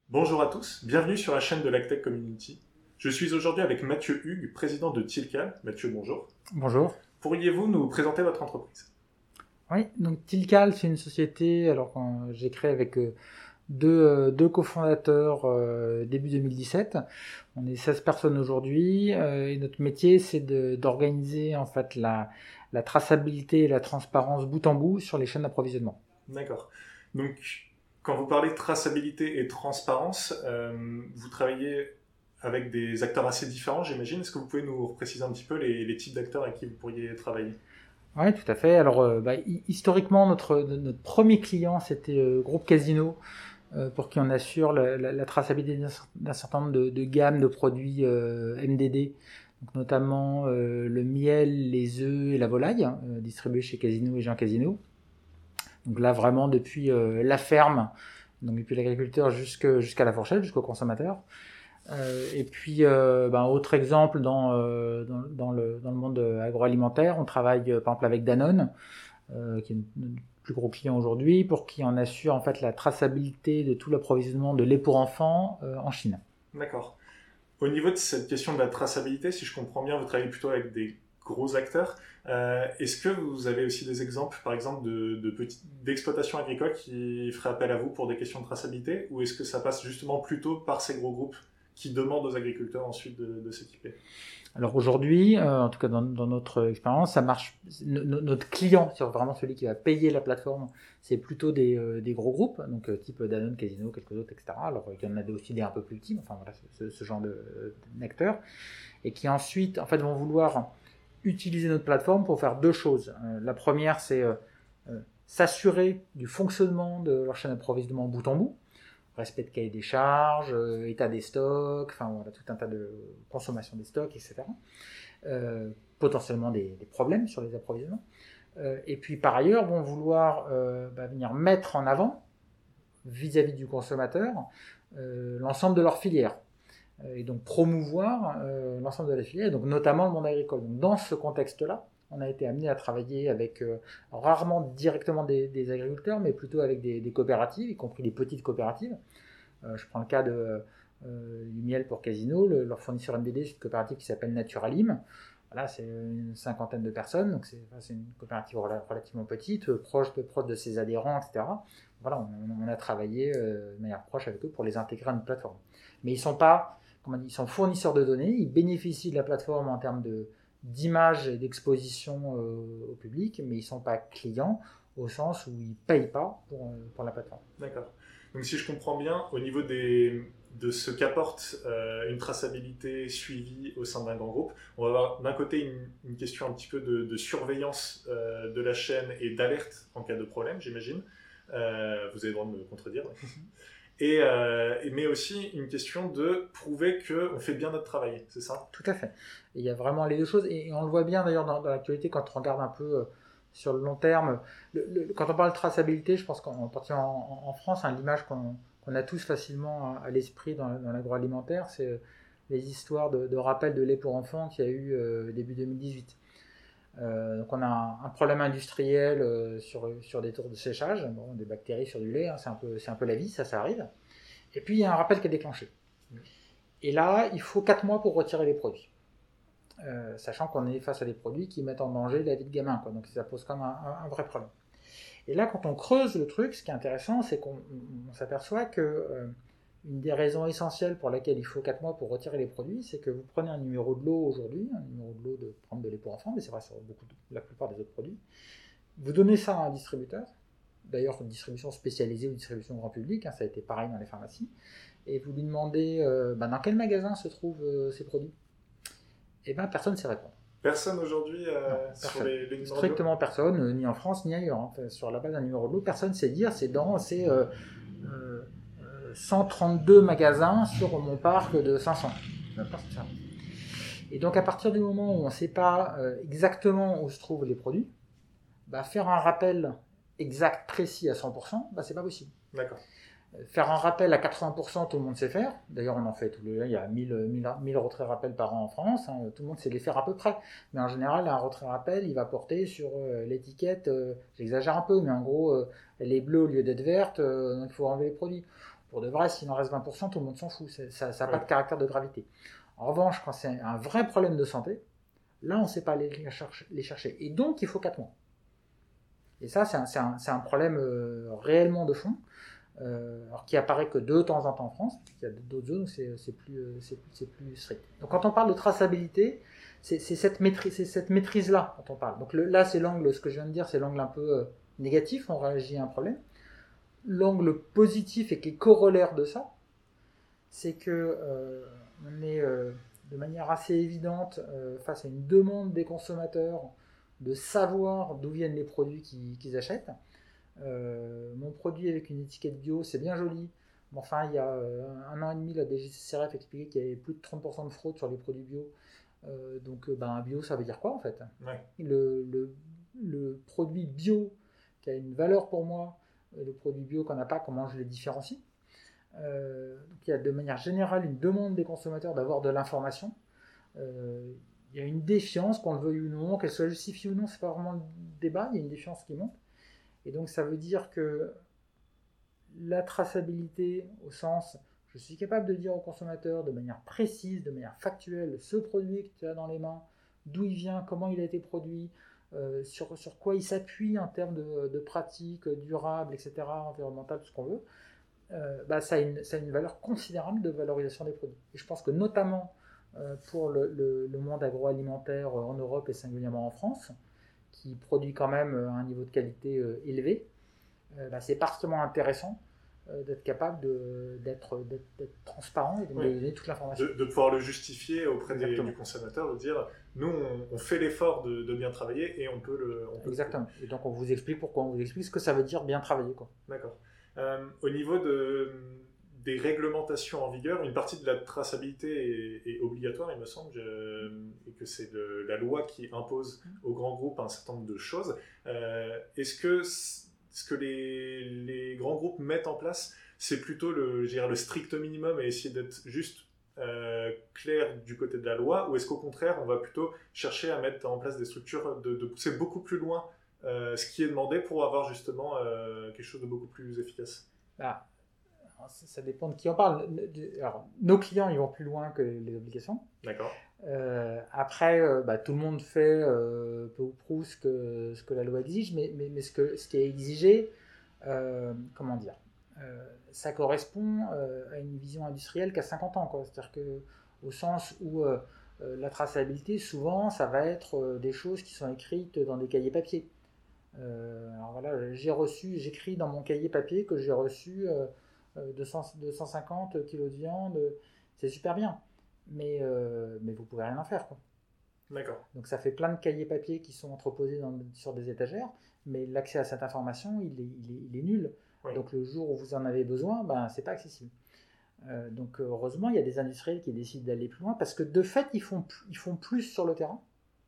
Bonjour à tous, bienvenue sur la chaîne de l'Agtech Community. Je suis aujourd'hui avec Mathieu Hugues, président de Tilcal. Mathieu, bonjour. Bonjour. Pourriez-vous nous présenter votre entreprise? Oui, donc Tilcal, c'est une société j'ai créé avec deux cofondateurs début 2017. On est 16 personnes aujourd'hui et notre métier, c'est d'organiser en fait la traçabilité et la transparence bout en bout sur les chaînes d'approvisionnement. D'accord. Donc, quand vous parlez de traçabilité et transparence, vous travaillez avec des acteurs assez différents, j'imagine. Est-ce que vous pouvez nous préciser un petit peu les types d'acteurs avec qui vous pourriez travailler? Oui, tout à fait. Alors, historiquement, notre premier client, c'était Groupe Casino, pour qui on assure la traçabilité d'un certain nombre de gammes de produits MDD, donc notamment le miel, les œufs et la volaille, distribués chez Casino et Jean Casino. Donc là, vraiment, depuis la ferme, donc depuis l'agriculteur jusqu'à la fourchette, jusqu'au consommateur. Et puis, autre exemple dans le monde agroalimentaire, on travaille par exemple avec Danone, qui est notre plus gros client aujourd'hui, pour qui on assure en fait la traçabilité de tout l'approvisionnement de lait pour enfants en Chine. D'accord. Au niveau de cette question de la traçabilité, si je comprends bien, vous travaillez plutôt avec des gros acteurs. Est-ce que vous avez aussi des exemples, par exemple, d'exploitations agricoles qui feraient appel à vous pour des questions de traçabilité, ou est-ce que ça passe justement plutôt par ces gros groupes qui demandent aux agriculteurs ensuite de s'équiper? Alors aujourd'hui, en tout cas dans notre expérience, ça marche. Notre client, c'est vraiment celui qui va payer la plateforme, c'est plutôt des gros groupes, donc type Danone, Casino, quelques autres, etc. Alors il y en a aussi des un peu plus petits, enfin voilà, ce genre d'acteurs, et qui ensuite en fait vont vouloir utiliser notre plateforme pour faire deux choses. La première, c'est s'assurer du fonctionnement de leur chaîne d'approvisionnement bout en bout, respect de cahier des charges, état des stocks, enfin voilà, tout un tas de consommation des stocks, etc. Potentiellement des problèmes sur les approvisionnements. Et puis par ailleurs, vont vouloir venir mettre en avant, vis-à-vis du consommateur, l'ensemble de leur filière. Et donc promouvoir l'ensemble de la filière, donc notamment le monde agricole. Donc dans ce contexte-là, on a été amené à travailler avec, rarement directement des agriculteurs, mais plutôt avec des coopératives, y compris des petites coopératives. Je prends le cas du miel pour Casino, leur fournisseur MDD, c'est une coopérative qui s'appelle Naturalim. Voilà, c'est une cinquantaine de personnes, donc c'est une coopérative relativement petite, proche de ses adhérents, etc. Voilà, on a travaillé de manière proche avec eux pour les intégrer à notre plateforme. Mais ils sont fournisseurs de données, ils bénéficient de la plateforme en termes d'image et d'exposition au public, mais ils ne sont pas clients au sens où ils ne payent pas pour la plateforme. D'accord. Donc si je comprends bien, au niveau de ce qu'apporte une traçabilité suivie au sein d'un grand groupe, on va avoir d'un côté une question un petit peu de surveillance de la chaîne et d'alerte en cas de problème, j'imagine. Vous avez le droit de me contredire. Mais aussi une question de prouver qu'on fait bien notre travail, c'est ça? Tout à fait. Et il y a vraiment les deux choses, et on le voit bien d'ailleurs dans l'actualité quand on regarde un peu sur le long terme. Quand on parle de traçabilité, je pense qu'en particulier en France, hein, l'image qu'on a tous facilement à l'esprit dans l'agroalimentaire, c'est les histoires de rappel de lait pour enfants qu'il y a eu début 2018. Donc on a un problème industriel sur des tours de séchage, bon, des bactéries sur du lait, hein, c'est un peu la vie, ça arrive. Et puis il y a un rappel qui est déclenché. Et là, il faut 4 mois pour retirer les produits. Sachant qu'on est face à des produits qui mettent en danger la vie de gamin, quoi. Donc ça pose quand même un vrai problème. Et là, quand on creuse le truc, ce qui est intéressant, c'est qu'on s'aperçoit que une des raisons essentielles pour laquelle il faut 4 mois pour retirer les produits, c'est que vous prenez un numéro de lot aujourd'hui, un numéro de lot de prendre de lait pour enfants, mais c'est vrai sur la plupart des autres produits. Vous donnez ça à un distributeur, d'ailleurs une distribution spécialisée ou une distribution grand public, hein, ça a été pareil dans les pharmacies, et vous lui demandez dans quel magasin se trouvent ces produits. Et bien personne ne sait répondre. Personne aujourd'hui sur les numéros de lot? Strictement personne, ni en France ni ailleurs. Hein. Sur la base d'un numéro de lot, personne ne sait dire c'est 132 magasins sur mon parc de 500. Et donc à partir du moment où on ne sait pas exactement où se trouvent les produits, faire un rappel exact, précis à 100%, c'est pas possible. D'accord. Faire un rappel à 80%, tout le monde sait faire. D'ailleurs, on en fait tous les ans. Il y a 1000 retraits rappels par an en France. Hein. Tout le monde sait les faire à peu près. Mais en général, un retrait rappel, il va porter sur l'étiquette, j'exagère un peu, mais en gros, elle est bleue au lieu d'être verte, donc il faut enlever les produits. Pour de vrai, s'il en reste 20%, tout le monde s'en fout. Ça n'a pas Ouais. de caractère de gravité. En revanche, quand c'est un vrai problème de santé, là, on ne sait pas les chercher. Et donc, il faut 4 mois. Et ça, c'est un problème réellement de fond, alors qui apparaît que de temps en temps en France. Il y a d'autres zones où c'est plus strict. Donc, quand on parle de traçabilité, c'est cette maîtrise-là dont on parle. Donc là, c'est l'angle, ce que je viens de dire, c'est l'angle un peu négatif, on réagit à un problème. L'angle positif et qui est corollaire de ça, c'est que on est de manière assez évidente face à une demande des consommateurs de savoir d'où viennent les produits qu'ils achètent. Mon produit avec une étiquette bio, c'est bien joli. Mais enfin, il y a 1 an et demi, la DGCCRF expliquait qu'il y avait plus de 30% de fraude sur les produits bio. Donc, bio, ça veut dire quoi en fait? Ouais. Le produit bio qui a une valeur pour moi, et le produit bio qu'on n'a pas, comment je les différencie? Donc, il y a de manière générale une demande des consommateurs d'avoir de l'information. Il y a une défiance, qu'on le veuille ou non, qu'elle soit justifiée ou non, c'est pas vraiment le débat, il y a une défiance qui monte. Et donc ça veut dire que la traçabilité, au sens, je suis capable de dire au consommateur de manière précise, de manière factuelle, ce produit que tu as dans les mains, d'où il vient, comment il a été produit, sur quoi il s'appuie en termes de pratiques durables, etc., environnementales, tout ce qu'on veut, ça a une valeur considérable de valorisation des produits. Et je pense que notamment pour le monde agroalimentaire en Europe et singulièrement en France, qui produit quand même un niveau de qualité élevé, c'est particulièrement intéressant d'être capable d'être transparent et de Ouais. donner toute l'information. De pouvoir le justifier auprès Exactement. du consommateur, de dire nous on fait l'effort de bien travailler et on peut Exactement. Et donc on vous explique pourquoi, on vous explique ce que ça veut dire bien travailler, quoi. D'accord. Au niveau des réglementations en vigueur, une partie de la traçabilité est obligatoire, il me semble, et que c'est la loi qui impose aux grands groupes un certain nombre de choses. Est-ce que ce que les grands groupes mettent en place, c'est plutôt je dirais, le strict minimum et essayer d'être juste clair du côté de la loi, ou est-ce qu'au contraire, on va plutôt chercher à mettre en place des structures, de pousser beaucoup plus loin ce qui est demandé pour avoir justement quelque chose de beaucoup plus efficace? Ah, ça dépend de qui en parle. Alors, nos clients, ils vont plus loin que les obligations. D'accord. Après, tout le monde fait peu ou prou ce que la loi exige, mais ce qui est exigé, comment dire, ça correspond à une vision industrielle qui a 50 ans, quoi. C'est-à-dire que, au sens où la traçabilité, souvent, ça va être des choses qui sont écrites dans des cahiers papier. Alors voilà, j'écris dans mon cahier papier que j'ai reçu 250 kilos de viande, c'est super bien, mais vous pouvez rien en faire, quoi. D'accord. Donc ça fait plein de cahiers papier qui sont entreposés sur des étagères, mais l'accès à cette information, il est nul. Oui. Donc le jour où vous en avez besoin, c'est pas accessible. Donc heureusement, il y a des industriels qui décident d'aller plus loin, parce que de fait, ils font plus sur le terrain.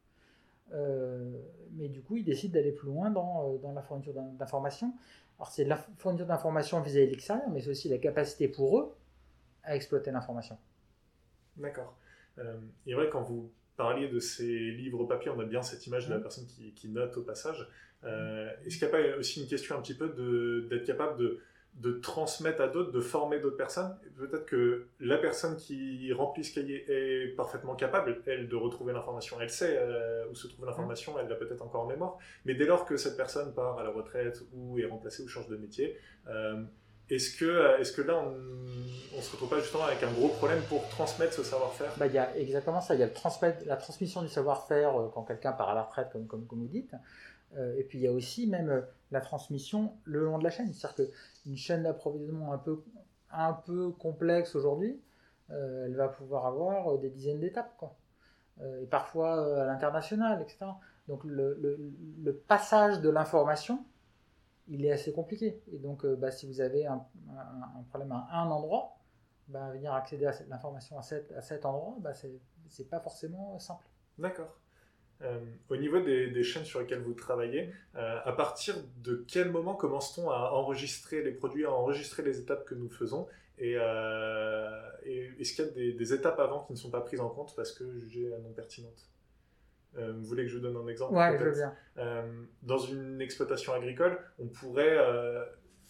Mais du coup, ils décident d'aller plus loin dans la fourniture d'informations. Alors, c'est la fourniture d'informations vis-à-vis de l'extérieur, mais c'est aussi la capacité pour eux à exploiter l'information. D'accord. Et vrai, quand vous parliez de ces livres papier, on a bien cette image de la personne qui note au passage. Est-ce qu'il n'y a pas aussi une question un petit peu d'être capable de transmettre à d'autres, de former d'autres personnes? Peut-être que la personne qui remplit ce cahier est parfaitement capable, elle, de retrouver l'information. Elle sait où se trouve l'information, elle l'a peut-être encore en mémoire. Mais dès lors que cette personne part à la retraite ou est remplacée ou change de métier, est-ce que là, on ne se retrouve pas justement avec un gros problème pour transmettre ce savoir-faire? Il y a exactement ça. Il y a la transmission du savoir-faire quand quelqu'un part à la retraite, comme vous dites. Et puis il y a aussi même la transmission le long de la chaîne. C'est-à-dire qu'une chaîne d'approvisionnement un peu complexe aujourd'hui, elle va pouvoir avoir des dizaines d'étapes, quoi. Et parfois à l'international, etc. Donc le passage de l'information, il est assez compliqué. Et donc si vous avez un problème à un endroit, venir accéder à l'information à cet endroit, c'est pas forcément simple. D'accord. Au niveau des chaînes sur lesquelles vous travaillez, à partir de quel moment commence-t-on à enregistrer les produits, à enregistrer les étapes que nous faisons, et est-ce qu'il y a des étapes avant qui ne sont pas prises en compte parce que jugées non pertinentes? Vous voulez que je vous donne un exemple? Ouais, je veux bien. Dans une exploitation agricole, on pourrait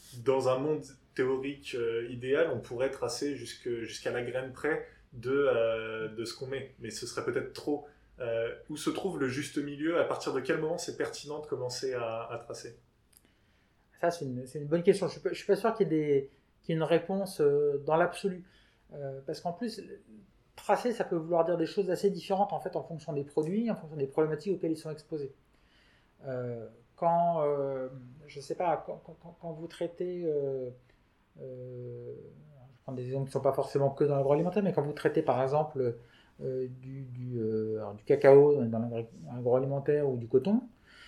dans un monde théorique idéal, on pourrait tracer jusqu'à la graine près de ce qu'on met. Mais ce serait peut-être trop. Où se trouve le juste milieu? À partir de quel moment c'est pertinent de commencer à tracer? Ça, c'est une bonne question. Je ne suis pas sûr qu'il y ait une réponse dans l'absolu. Parce qu'en plus, tracer, ça peut vouloir dire des choses assez différentes en fait en fonction des produits, en fonction des problématiques auxquelles ils sont exposés. Je sais pas, quand vous traitez, je prends des exemples qui ne sont pas forcément que dans l'agroalimentaire, mais quand vous traitez par exemple du cacao dans l'agroalimentaire ou du coton,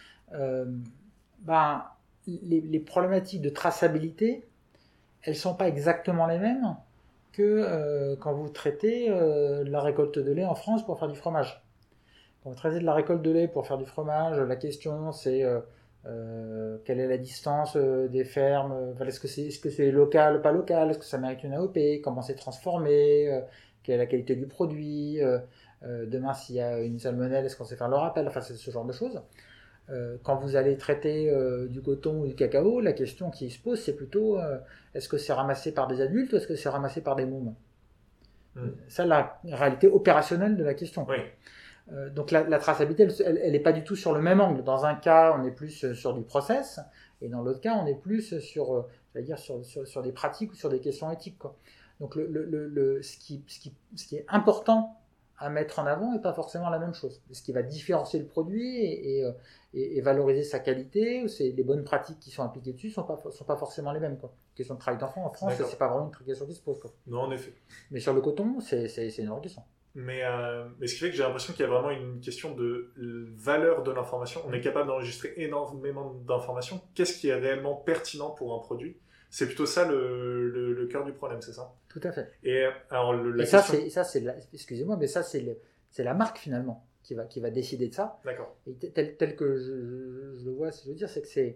ben, les problématiques de traçabilité, elles ne sont pas exactement les mêmes que quand vous traitez la récolte de lait en France pour faire du fromage. Quand vous traitez de la récolte de lait pour faire du fromage, la question c'est quelle est la distance des fermes, est-ce que c'est local, pas local, est-ce que ça mérite une AOP, comment c'est transformé, quelle est la qualité du produit, demain s'il y a une salmonelle, est-ce qu'on sait faire le rappel, enfin c'est ce genre de choses. Quand vous allez traiter du coton ou du cacao, la question qui se pose c'est plutôt est-ce que c'est ramassé par des adultes ou est-ce que c'est ramassé par des mômes? Ça, la réalité opérationnelle de la question. Oui. Donc la traçabilité, elle n'est pas du tout sur le même angle. Dans un cas, on est plus sur du process, et dans l'autre cas, on est plus sur des pratiques ou sur des questions éthiques, quoi. Donc ce qui est important à mettre en avant n'est pas forcément la même chose. Ce qui va différencier le produit et valoriser sa qualité, ou les bonnes pratiques qui sont appliquées dessus sont pas forcément les mêmes, quoi. La question de travail d'enfant en France, c'est pas vraiment une question qui se pose, quoi. Non, en effet. Mais sur le coton, c'est une autre question. Mais ce qui fait que j'ai l'impression qu'il y a vraiment une question de valeur de l'information. On est capable d'enregistrer énormément d'informations. Qu'est-ce qui est réellement pertinent pour un produit? C'est plutôt ça le cœur du problème, c'est ça? Tout à fait. Et alors excusez-moi, mais ça c'est la marque finalement qui va décider de ça. D'accord. Et tel que je le vois, si je veux dire, c'est que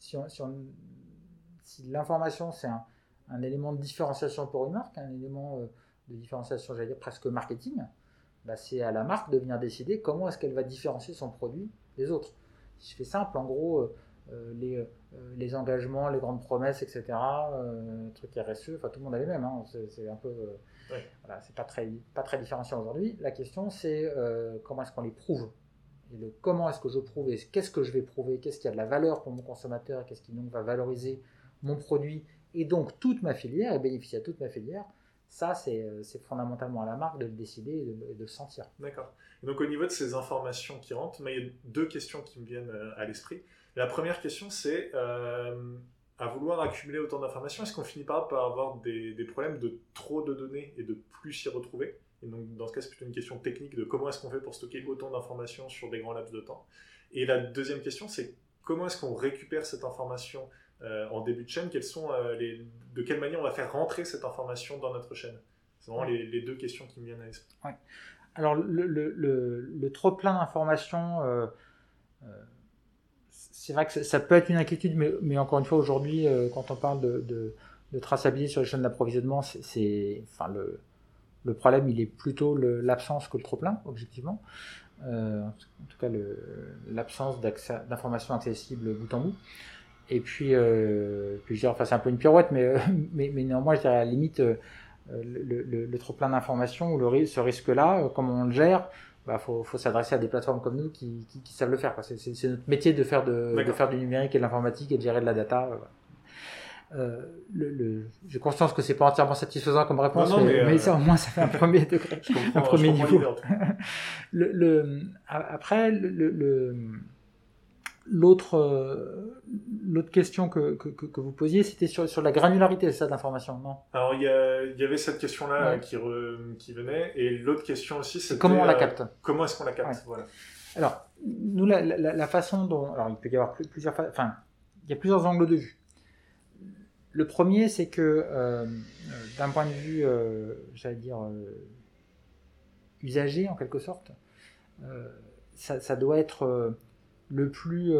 si l'information c'est un élément de différenciation pour une marque, un élément de différenciation, j'allais dire presque marketing, bah c'est à la marque de venir décider comment est-ce qu'elle va différencier son produit des autres. Si je fais simple, en gros, les engagements, les grandes promesses, etc., trucs RSE, enfin tout le monde a les mêmes, hein, c'est un peu, voilà, c'est pas très différenciant aujourd'hui. La question c'est comment est-ce qu'on les prouve, et comment est-ce que je prouve, et qu'est-ce que je vais prouver, qu'est-ce qui a de la valeur pour mon consommateur, et qu'est-ce qui donc va valoriser mon produit, et donc toute ma filière, et bénéficier à toute ma filière. Ça, c'est fondamentalement à la marque de le décider et de le sentir. D'accord. Et donc, au niveau de ces informations qui rentrent, il y a deux questions qui me viennent à l'esprit. La première question, c'est à vouloir accumuler autant d'informations, est-ce qu'on finit par avoir des problèmes de trop de données et de plus s'y retrouver? Et donc, dans ce cas, c'est plutôt une question technique de comment est-ce qu'on fait pour stocker autant d'informations sur des grands laps de temps. Et la deuxième question, c'est comment est-ce qu'on récupère cette information en début de chaîne, de quelle manière on va faire rentrer cette information dans notre chaîne? C'est vraiment les deux questions qui me viennent à l'esprit. Ouais. Alors, le trop plein d'informations, c'est vrai que ça peut être une inquiétude, mais encore une fois, aujourd'hui, quand on parle de traçabilité sur les chaînes d'approvisionnement, le problème, il est plutôt l'absence que le trop plein, objectivement. En tout cas, l'absence d'informations accessibles bout en bout. Et puis je dirais, enfin, c'est un peu une pirouette, mais néanmoins, je dirais à la limite, le trop plein d'informations ou ce risque-là, comment on le gère, bah, faut s'adresser à des plateformes comme nous qui savent le faire, quoi. C'est notre métier de faire du numérique et de l'informatique et de gérer de la data. J'ai conscience que c'est pas entièrement satisfaisant comme réponse, mais ça, au moins, ça fait un premier degré, un premier niveau. Après, l'autre question que vous posiez, c'était sur la granularité de cette information, non? Alors, il y avait cette question-là qui venait, et l'autre question aussi, c'était comment on la capte? Comment est-ce qu'on la capte? Voilà. Alors, nous, la façon dont... Alors, il peut y avoir plusieurs... Enfin, il y a plusieurs angles de vue. Le premier, c'est que, d'un point de vue, j'allais dire, usager, en quelque sorte, ça doit être le plus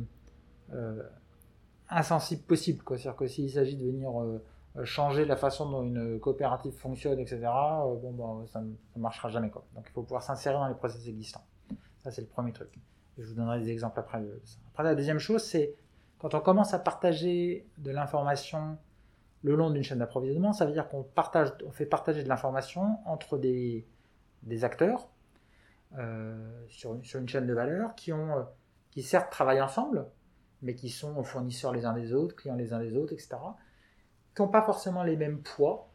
insensible possible, quoi. C'est-à-dire que s'il s'agit de venir changer la façon dont une coopérative fonctionne, etc., ça ne marchera jamais, quoi. Donc il faut pouvoir s'insérer dans les processus existants. Ça, c'est le premier truc. Et je vous donnerai des exemples après. Après, la deuxième chose, c'est Quand on commence à partager de l'information le long d'une chaîne d'approvisionnement, ça veut dire qu'on fait partager de l'information entre des acteurs sur une chaîne de valeur qui certes travaillent ensemble, mais qui sont fournisseurs les uns des autres, clients les uns des autres, etc., qui n'ont pas forcément les mêmes poids.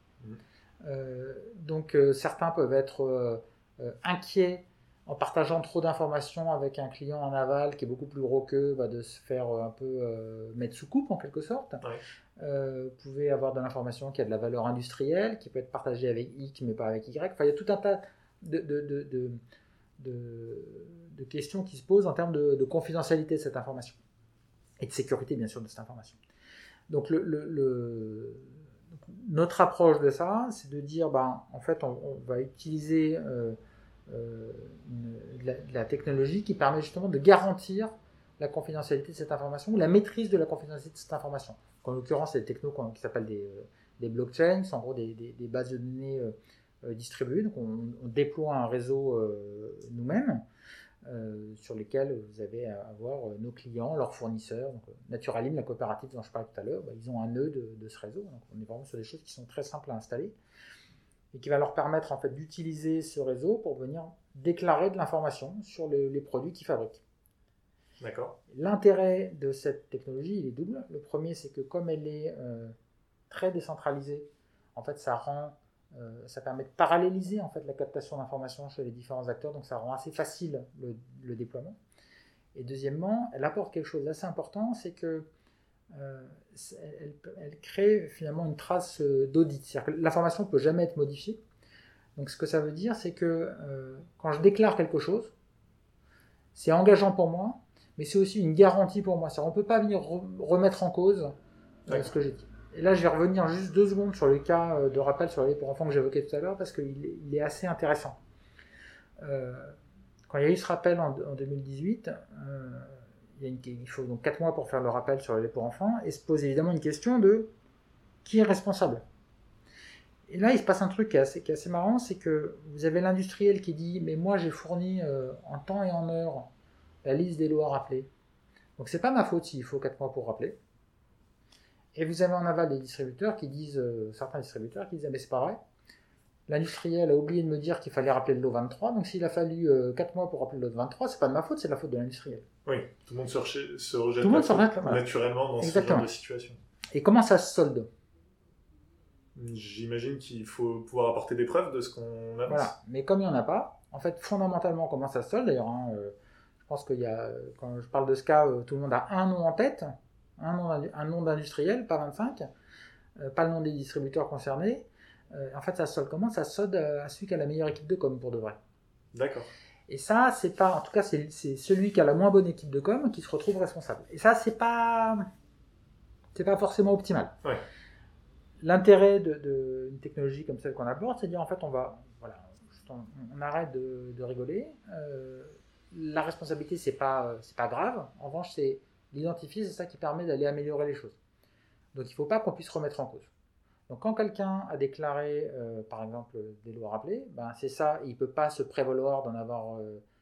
Donc certains peuvent être inquiets en partageant trop d'informations avec un client en aval qui est beaucoup plus gros qu'eux, de se faire un peu mettre sous coupe en quelque sorte. Vous pouvez avoir de l'information qui a de la valeur industrielle, qui peut être partagée avec X mais pas avec Y. Enfin, il y a tout un tas de questions qui se posent en termes de confidentialité de cette information et de sécurité bien sûr de cette information. Donc notre approche de ça, c'est de dire en fait on va utiliser de la technologie qui permet justement de garantir la confidentialité de cette information ou la maîtrise de la confidentialité de cette information. En l'occurrence, c'est des technos qui s'appellent des blockchains, en gros des bases de données distribuées. Donc on déploie un réseau nous-mêmes sur lesquels vous allez avoir nos clients, leurs fournisseurs. Donc, Naturalim, la coopérative dont je parlais tout à l'heure, ils ont un nœud de ce réseau. Donc on est vraiment sur des choses qui sont très simples à installer et qui va leur permettre en fait d'utiliser ce réseau pour venir déclarer de l'information sur les produits qu'ils fabriquent. D'accord. L'intérêt de cette technologie, il est double. Le premier, c'est que comme elle est très décentralisée, en fait, ça permet de paralléliser en fait la captation d'informations chez les différents acteurs, donc ça rend assez facile le déploiement. Et deuxièmement, elle apporte quelque chose d'assez important, c'est que elle crée finalement une trace d'audit. C'est-à-dire que l'information ne peut jamais être modifiée. Donc ce que ça veut dire, c'est que quand je déclare quelque chose, c'est engageant pour moi, mais c'est aussi une garantie pour moi. C'est-à-dire qu'on ne peut pas venir remettre en cause ce que j'ai dit. Et là, je vais revenir juste 2 secondes sur le cas de rappel sur les pour enfants que j'évoquais tout à l'heure, parce qu'il est assez intéressant. Quand il y a eu ce rappel en 2018, il faut donc 4 mois pour faire le rappel sur les pour enfants, et se pose évidemment une question de qui est responsable. Et là, il se passe un truc qui est assez marrant, c'est que vous avez l'industriel qui dit « mais moi j'ai fourni en temps et en heure la liste des lots à rappeler, donc c'est pas ma faute s'il faut 4 mois pour rappeler ». Et vous avez en aval des distributeurs qui disent, certains distributeurs qui disent « mais c'est pas vrai, l'industriel a oublié de me dire qu'il fallait rappeler le lot 23, donc s'il a fallu 4 mois pour rappeler le lot 23, c'est pas de ma faute, c'est de la faute de l'industriel. » Oui, tout le monde se rejette naturellement dans ce genre de situation. Et comment ça se solde ? J'imagine qu'il faut pouvoir apporter des preuves de ce qu'on avance. Voilà, mais comme il n'y en a pas, en fait, fondamentalement, comment ça se solde d'ailleurs, je pense qu'il y a, quand je parle de ce cas, tout le monde a un nom en tête, un nom d'industriel, pas 25, pas le nom des distributeurs concernés. En fait, ça se solde comment ? Ça se solde à celui qui a la meilleure équipe de com, pour de vrai. D'accord. Et ça, c'est pas, en tout cas, c'est celui qui a la moins bonne équipe de com qui se retrouve responsable. Et ça, c'est pas forcément optimal. Ouais. L'intérêt d'une technologie comme celle qu'on aborde, c'est de dire en fait on arrête de rigoler. La responsabilité c'est pas grave. En revanche, c'est l'identifier, c'est ça qui permet d'aller améliorer les choses. Donc il ne faut pas qu'on puisse remettre en cause. Donc quand quelqu'un a déclaré par exemple des lots à rappeler, c'est ça, il ne peut pas se prévaloir d'en avoir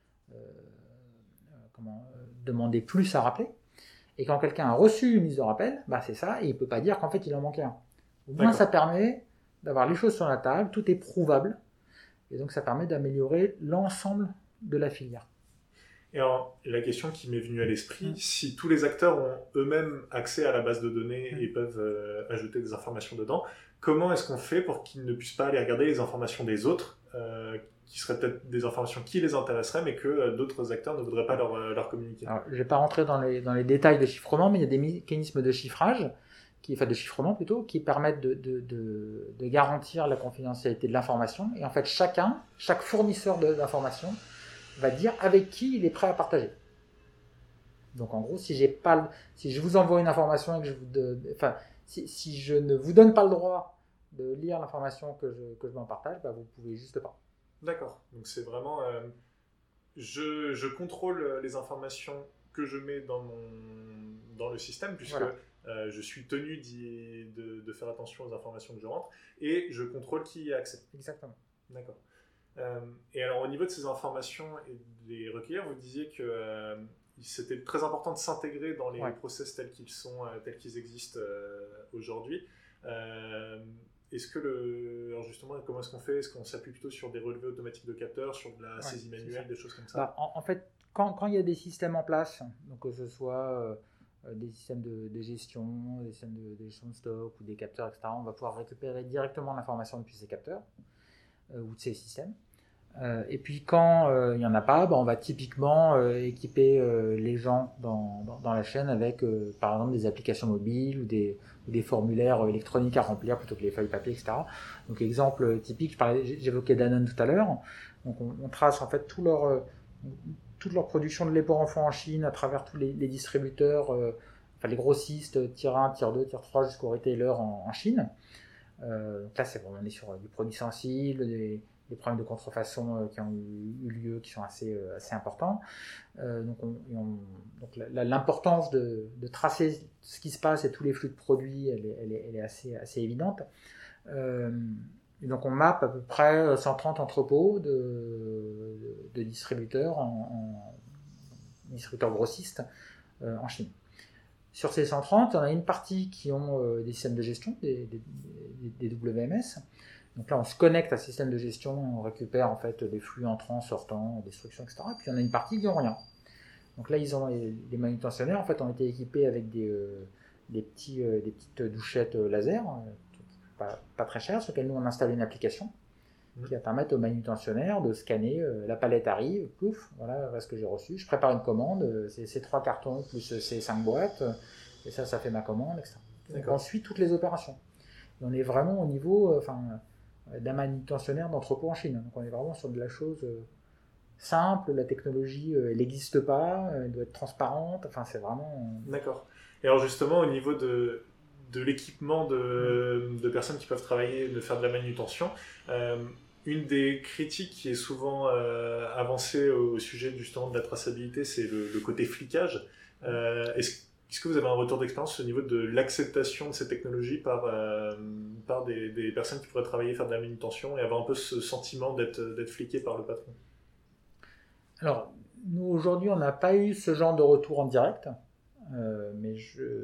demandé plus à rappeler. Et quand quelqu'un a reçu une liste de rappel, c'est ça, et il ne peut pas dire qu'en fait il en manquait un. Au moins, ça permet d'avoir les choses sur la table, tout est prouvable, et donc ça permet d'améliorer l'ensemble de la filière. Et alors, la question qui m'est venue à l'esprit, si tous les acteurs ont eux-mêmes accès à la base de données et peuvent ajouter des informations dedans, comment est-ce qu'on fait pour qu'ils ne puissent pas aller regarder les informations des autres, qui seraient peut-être des informations qui les intéresseraient, mais que d'autres acteurs ne voudraient pas leur communiquer ? Alors, je ne vais pas rentrer dans les détails de chiffrement, mais il y a des mécanismes de chiffrage, de chiffrement plutôt, qui permettent de garantir la confidentialité de l'information. Et en fait, chaque fournisseur d'informations va dire avec qui il est prêt à partager. Donc en gros, si je vous envoie une information et que si je ne vous donne pas le droit de lire l'information que je m'en partage, vous pouvez juste pas. D'accord. Donc c'est vraiment je contrôle les informations que je mets dans le système, puisque je suis tenu de faire attention aux informations que je rentre, et je contrôle qui y a accès. Exactement. D'accord. Et alors au niveau de ces informations et des recueillir, vous disiez que c'était très important de s'intégrer dans les Ouais. process tels qu'ils existent aujourd'hui. Est-ce que alors justement, comment est-ce qu'on fait? Est-ce qu'on s'appuie plutôt sur des relevés automatiques de capteurs, sur de la saisie manuelle, des choses comme ça? Bah, en fait, quand il y a des systèmes en place, donc que ce soit des systèmes de gestion, des systèmes de gestion de stock ou des capteurs, etc., on va pouvoir récupérer directement l'information depuis ces capteurs ou de ces systèmes. Et puis quand il n'y en a pas, bah, on va typiquement équiper les gens dans la chaîne avec par exemple des applications mobiles ou des formulaires électroniques à remplir plutôt que les feuilles papier, etc. Donc exemple typique, j'évoquais Danone tout à l'heure. Donc on trace en fait toute leur production de lait pour enfants en Chine à travers tous les distributeurs, enfin les grossistes, tier 1, tier 2, tier 3 jusqu'au retailer en Chine. Donc là, on est sur du produit sensible, des problèmes de contrefaçon qui ont eu lieu, qui sont assez importants. Donc l'importance de tracer ce qui se passe et tous les flux de produits, elle est assez évidente. Et donc on mappe à peu près 130 entrepôts de distributeurs en distributeurs grossistes en Chine. Sur ces 130, on a une partie qui ont des systèmes de gestion, des WMS. Donc là, on se connecte à ce système de gestion, on récupère en fait les flux entrants, sortants, destruction, etc. Puis on a une partie qui n'ont rien. Donc là, les manutentionnaires en fait ont été équipés avec des petites douchettes laser, pas très chères, sur lesquelles nous on installe une application qui va permettre aux manutentionnaires de scanner, la palette arrive, pouf, voilà ce que j'ai reçu, je prépare une commande, c'est ces 3 cartons plus ces 5 boîtes, et ça fait ma commande, etc. Donc on suit toutes les opérations. Et on est vraiment au niveau d'un manutentionnaire d'entrepôt en Chine. Donc on est vraiment sur de la chose simple, la technologie, elle n'existe pas, elle doit être transparente, enfin c'est vraiment... D'accord. Et alors justement, au niveau de l'équipement de personnes qui peuvent travailler, de faire de la manutention, une des critiques qui est souvent avancée au sujet justement de la traçabilité, c'est le côté flicage. Est-ce que vous avez un retour d'expérience au niveau de l'acceptation de ces technologies par des personnes qui pourraient travailler, faire de la manutention et avoir un peu ce sentiment d'être fliqué par le patron? Alors, nous aujourd'hui, on n'a pas eu ce genre de retour en direct, mais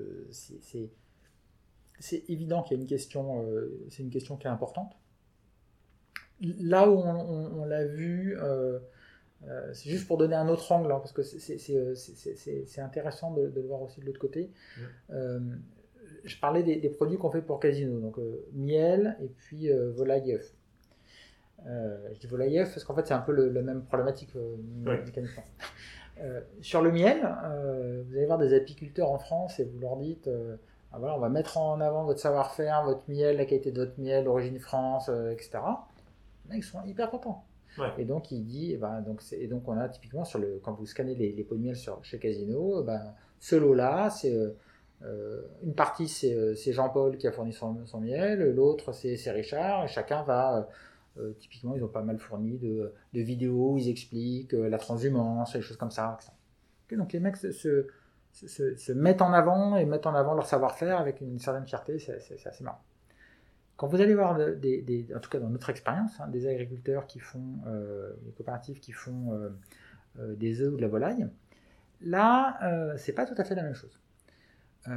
c'est évident qu'il y a une question, c'est une question qui est importante. Là où on l'a vu, c'est juste pour donner un autre angle, hein, parce que c'est intéressant de le voir aussi de l'autre côté. Je parlais des produits qu'on fait pour Casino, donc miel et puis volaille œuf. Je dis volaille œuf parce qu'en fait c'est un peu la même problématique mécaniquement. Sur le miel, vous allez voir des apiculteurs en France et vous leur dites voilà, on va mettre en avant votre savoir-faire, votre miel, la qualité de votre miel, l'origine France, etc. Là, ils sont hyper contents. Ouais. Et donc il dit, donc on a typiquement quand vous scannez les pots de miel chez Casino, ce lot-là, c'est une partie c'est Jean-Paul qui a fourni son miel, l'autre c'est Richard, et chacun va typiquement ils ont pas mal fourni de vidéos où ils expliquent la transhumance, des choses comme ça. Okay, donc les mecs se mettent en avant et mettent en avant leur savoir-faire avec une certaine fierté, c'est assez marrant. Quand vous allez voir, en tout cas dans notre expérience, des agriculteurs qui font, des coopératives qui font des œufs ou de la volaille, là, c'est pas tout à fait la même chose. Pourquoi ?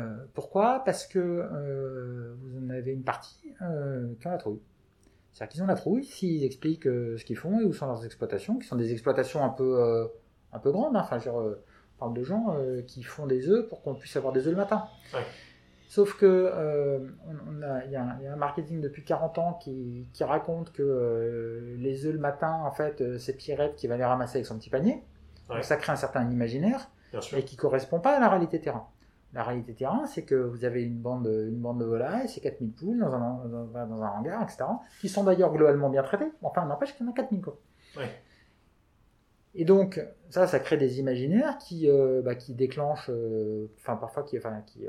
Parce que vous en avez une partie qui ont la trouille. C'est-à-dire qu'ils ont la trouille s'ils expliquent ce qu'ils font et où sont leurs exploitations, qui sont des exploitations un peu grandes. Hein. Enfin, on parle de gens qui font des œufs pour qu'on puisse avoir des œufs le matin. Ouais. Sauf que il y a un marketing depuis 40 ans qui raconte que les œufs le matin, en fait, c'est Pierrette qui va les ramasser avec son petit panier. Ouais. Donc ça crée un certain imaginaire et qui ne correspond pas à la réalité terrain. La réalité terrain, c'est que vous avez une bande de volailles, c'est 4000 poules dans un hangar, etc., qui sont d'ailleurs globalement bien traitées. Enfin, n'empêche qu'il y en a 4000, quoi. Ouais. Et donc, ça crée des imaginaires qui déclenchent, parfois qui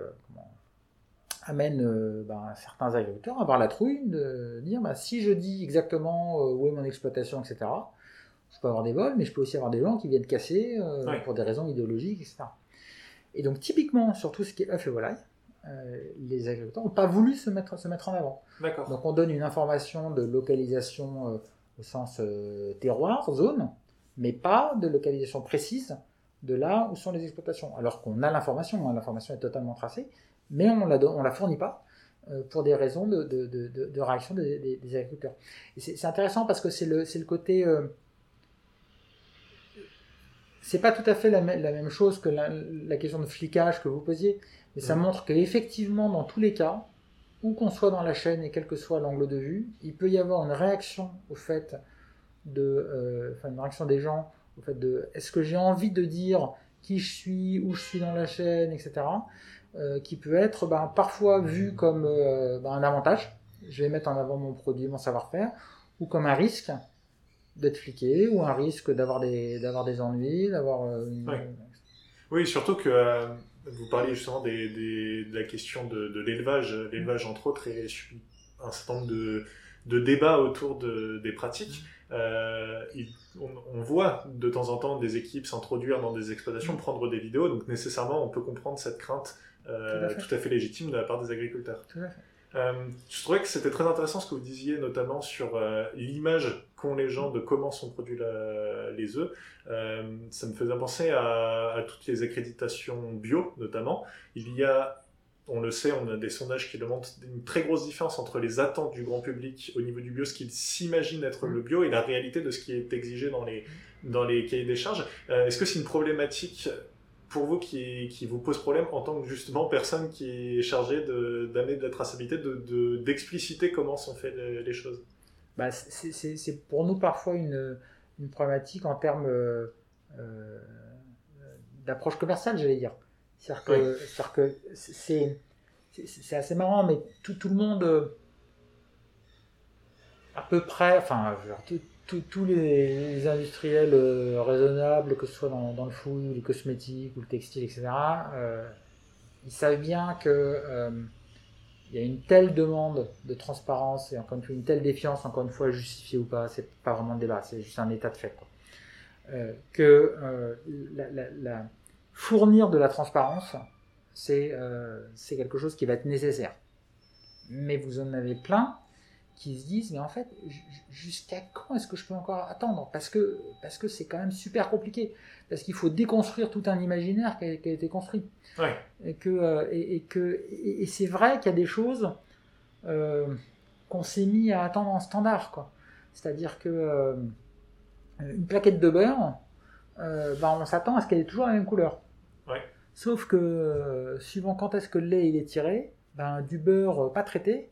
amènent certains agriculteurs à avoir la trouille de dire si je dis exactement où est mon exploitation, etc., je peux avoir des vols, mais je peux aussi avoir des gens qui viennent casser pour des raisons idéologiques, etc. Et donc, typiquement, sur tout ce qui est œufs et volailles, les agriculteurs n'ont pas voulu se mettre en avant. D'accord. Donc, on donne une information de localisation au sens terroir, zone, mais pas de localisation précise de là où sont les exploitations. Alors qu'on a l'information, hein, l'information est totalement tracée, mais on la fournit pas pour des raisons de réaction des agriculteurs. Et c'est intéressant parce que c'est le côté... c'est pas tout à fait la même chose que la question de flicage que vous posiez, mais ça montre qu'effectivement, dans tous les cas, où qu'on soit dans la chaîne et quel que soit l'angle de vue, il peut y avoir une réaction au fait une réaction des gens au fait de est-ce que j'ai envie de dire qui je suis, où je suis dans la chaîne, etc. Qui peut être parfois vu comme un avantage. Je vais mettre en avant mon produit, mon savoir-faire, ou comme un risque d'être fliqué, ou un risque d'avoir des ennuis, d'avoir Oui, surtout que vous parliez justement de la question de l'élevage entre autres, et un certain nombre de débats autour des pratiques. On voit de temps en temps des équipes s'introduire dans des exploitations, prendre des vidéos, donc nécessairement on peut comprendre cette crainte tout à fait légitime de la part des agriculteurs. Tout à fait. Je trouvais que c'était très intéressant ce que vous disiez, notamment sur l'image qu'ont les gens de comment sont produits les œufs. Ça me faisait penser à toutes les accréditations bio, notamment. On le sait, on a des sondages qui le montrent, une très grosse différence entre les attentes du grand public au niveau du bio, ce qu'ils s'imaginent être le bio, et la réalité de ce qui est exigé dans les cahiers des charges. Est-ce que c'est une problématique pour vous qui vous pose problème en tant que justement personne qui est chargée d'amener de la traçabilité, d'expliciter comment sont faites les choses? C'est pour nous parfois une problématique en termes d'approche commerciale, j'allais dire. C'est-à-dire que c'est assez marrant, mais tout le monde, à peu près, tous les industriels raisonnables, que ce soit dans le food, ou les cosmétiques, ou le textile, etc., ils savent bien que il y a une telle demande de transparence et encore une fois une telle défiance, encore une fois justifiée ou pas, c'est pas vraiment de débat, c'est juste un état de fait, quoi. Fournir de la transparence, c'est quelque chose qui va être nécessaire. Mais vous en avez plein qui se disent, mais en fait, jusqu'à quand est-ce que je peux encore attendre ? Parce que c'est quand même super compliqué. Parce qu'il faut déconstruire tout un imaginaire qui a été construit. Ouais. Et c'est vrai qu'il y a des choses qu'on s'est mis à attendre en standard, quoi. C'est-à-dire que une plaquette de beurre, on s'attend à ce qu'elle ait toujours la même couleur. Ouais. Sauf que suivant quand est-ce que le lait il est tiré, du beurre pas traité,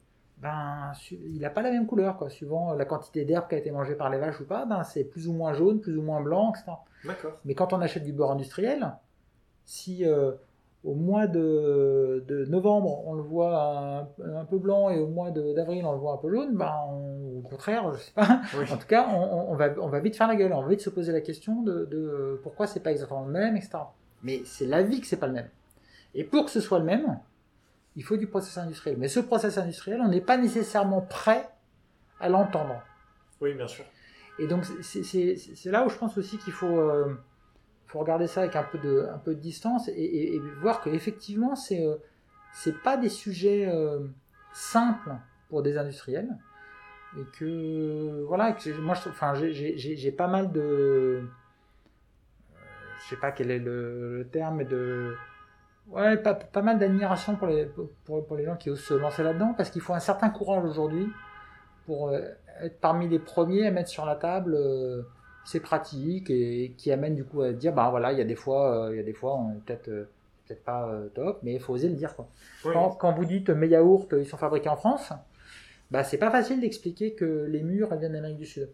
il n'a pas la même couleur, quoi. Suivant la quantité d'herbe qui a été mangée par les vaches ou pas, c'est plus ou moins jaune, plus ou moins blanc, etc. D'accord. Mais quand on achète du beurre industriel, si au mois de novembre on le voit un peu blanc et au mois d'avril on le voit un peu jaune, au contraire, je sais pas. Oui. En tout cas, on va vite faire la gueule, on va vite se poser la question de pourquoi c'est pas exactement le même, etc. Mais c'est l'avis que c'est pas le même. Et pour que ce soit le même, il faut du process industriel. Mais ce process industriel, on n'est pas nécessairement prêt à l'entendre. Oui, bien sûr. Et donc, c'est là où je pense aussi qu'il faut regarder ça avec un peu de distance et voir qu'effectivement, c'est pas des sujets simples pour des industriels. Et que, voilà, moi, j'ai pas mal de... je sais pas quel est le terme, mais pas mal d'admiration pour les gens qui osent se lancer là-dedans, parce qu'il faut un certain courage aujourd'hui pour être parmi les premiers à mettre sur la table ces pratiques et qui amènent du coup à dire il y a des fois on est peut-être pas top, mais il faut oser le dire, quoi. Oui. Quand vous dites mes yaourts ils sont fabriqués en France, c'est pas facile d'expliquer que les mûres viennent d'Amérique du Sud.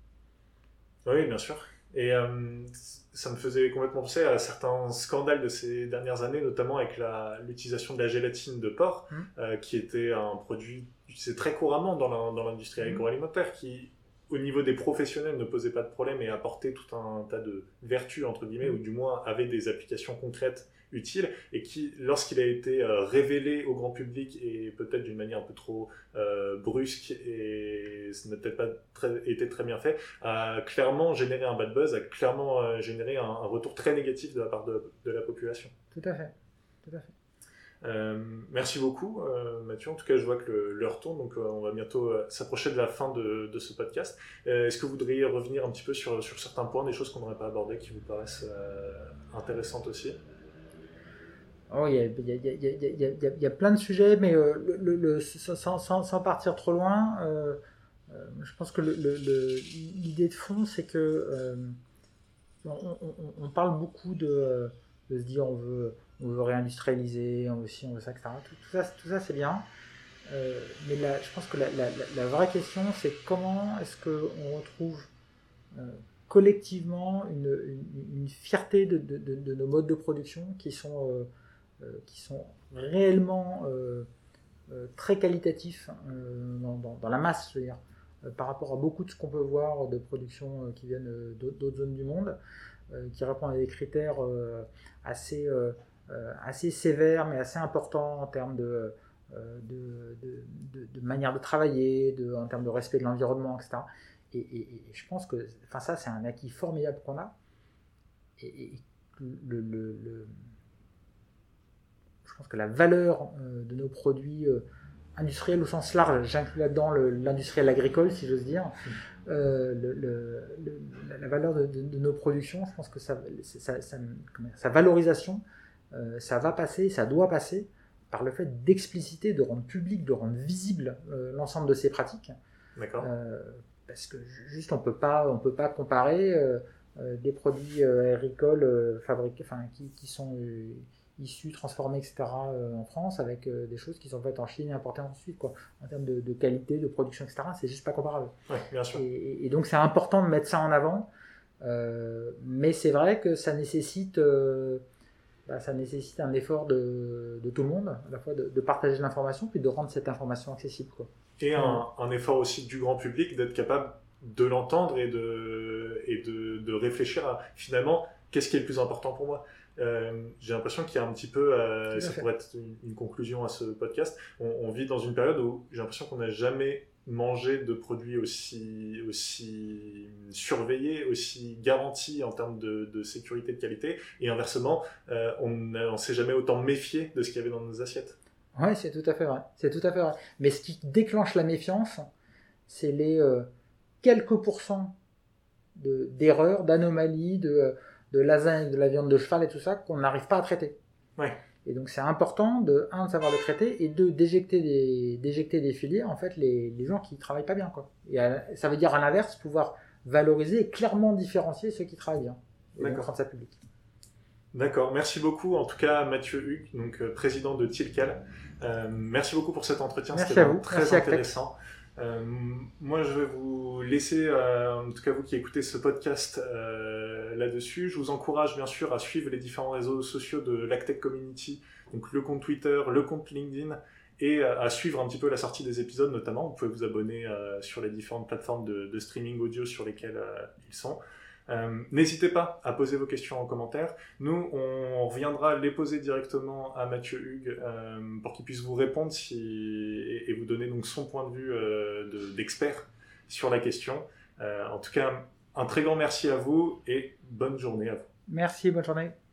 Oui, bien sûr. Et ça me faisait complètement penser à certains scandales de ces dernières années, notamment avec l'utilisation de la gélatine de porc, qui était un produit utilisé très couramment dans l'industrie agroalimentaire, qui, au niveau des professionnels, ne posait pas de problème et apportait tout un tas de vertus, entre guillemets, ou du moins avait des applications concrètes utiles, et qui, lorsqu'il a été révélé au grand public, et peut-être d'une manière un peu trop brusque, et ça n'a peut-être pas été très bien fait, a clairement généré un bad buzz, a clairement généré un retour très négatif de la part de la population. Tout à fait. Tout à fait. Merci beaucoup, Mathieu. En tout cas, je vois que l'heure tourne, donc on va bientôt s'approcher de la fin de ce podcast. Est-ce que vous voudriez revenir un petit peu sur certains points, des choses qu'on n'aurait pas abordées qui vous paraissent intéressantes aussi? Oh, il y a plein de sujets, mais sans partir trop loin, je pense que l'idée de fond, c'est que on parle beaucoup de se dire on veut réindustrialiser, on veut ci, on veut ça, etc. Tout ça c'est bien. Mais je pense que la vraie question, c'est comment est-ce qu'on retrouve collectivement une fierté de nos modes de production qui sont réellement très qualitatifs dans la masse, je veux dire, par rapport à beaucoup de ce qu'on peut voir de production qui viennent d'autres zones du monde, qui répondent à des critères assez, assez sévères mais assez importants en termes de manière de travailler, en termes de respect de l'environnement, etc. Et je pense que ça, c'est un acquis formidable qu'on a. Et je pense que la valeur de nos produits industriels au sens large, j'inclus là-dedans l'industriel agricole, si j'ose dire, la valeur de nos productions, je pense que sa valorisation, ça va passer, ça doit passer par le fait d'expliciter, de rendre public, de rendre visible l'ensemble de ces pratiques. D'accord. Parce que juste on peut pas comparer des produits agricoles fabriqués, qui sont issus, transformés, etc. En France avec des choses qui sont faites en Chine et importées ensuite, quoi. En termes de qualité, de production, etc. C'est juste pas comparable. Ouais, bien sûr. Et donc c'est important de mettre ça en avant, mais c'est vrai que ça nécessite un effort de tout le monde, à la fois de partager l'information puis de rendre cette information accessible, quoi. Et un effort aussi du grand public d'être capable de l'entendre et de réfléchir à finalement qu'est-ce qui est le plus important pour moi. J'ai l'impression qu'il y a un petit peu, ça pourrait être une conclusion à ce podcast, on vit dans une période où j'ai l'impression qu'on n'a jamais mangé de produits aussi surveillés, aussi garantis en termes de sécurité, de qualité, et inversement, on ne s'est jamais autant méfié de ce qu'il y avait dans nos assiettes. Oui, c'est tout à fait vrai. C'est tout à fait vrai. Mais ce qui déclenche la méfiance, c'est les quelques pourcents d'erreurs, d'anomalies, de lasagne, de la viande de cheval et tout ça qu'on n'arrive pas à traiter. Ouais. Et donc c'est important de savoir le traiter et d'éjecter des filières, en fait, les gens qui travaillent pas bien, quoi. Et ça veut dire à l'inverse pouvoir valoriser et clairement différencier ceux qui travaillent bien. Et donc rendre ça public. D'accord, merci beaucoup en tout cas Mathieu Hugues, donc président de Tilcal. Merci beaucoup pour cet entretien, c'était très intéressant. Moi je vais vous laisser, en tout cas vous qui écoutez ce podcast là-dessus. Je vous encourage bien sûr à suivre les différents réseaux sociaux de l'Agtech Community, donc le compte Twitter, le compte LinkedIn, et à suivre un petit peu la sortie des épisodes notamment. Vous pouvez vous abonner sur les différentes plateformes de streaming audio sur lesquelles ils sont. N'hésitez pas à poser vos questions en commentaire. Nous, on reviendra les poser directement à Mathieu Hugues pour qu'il puisse vous répondre et vous donner donc son point de vue d'expert sur la question. En tout cas, un très grand merci à vous et bonne journée à vous. Merci, bonne journée.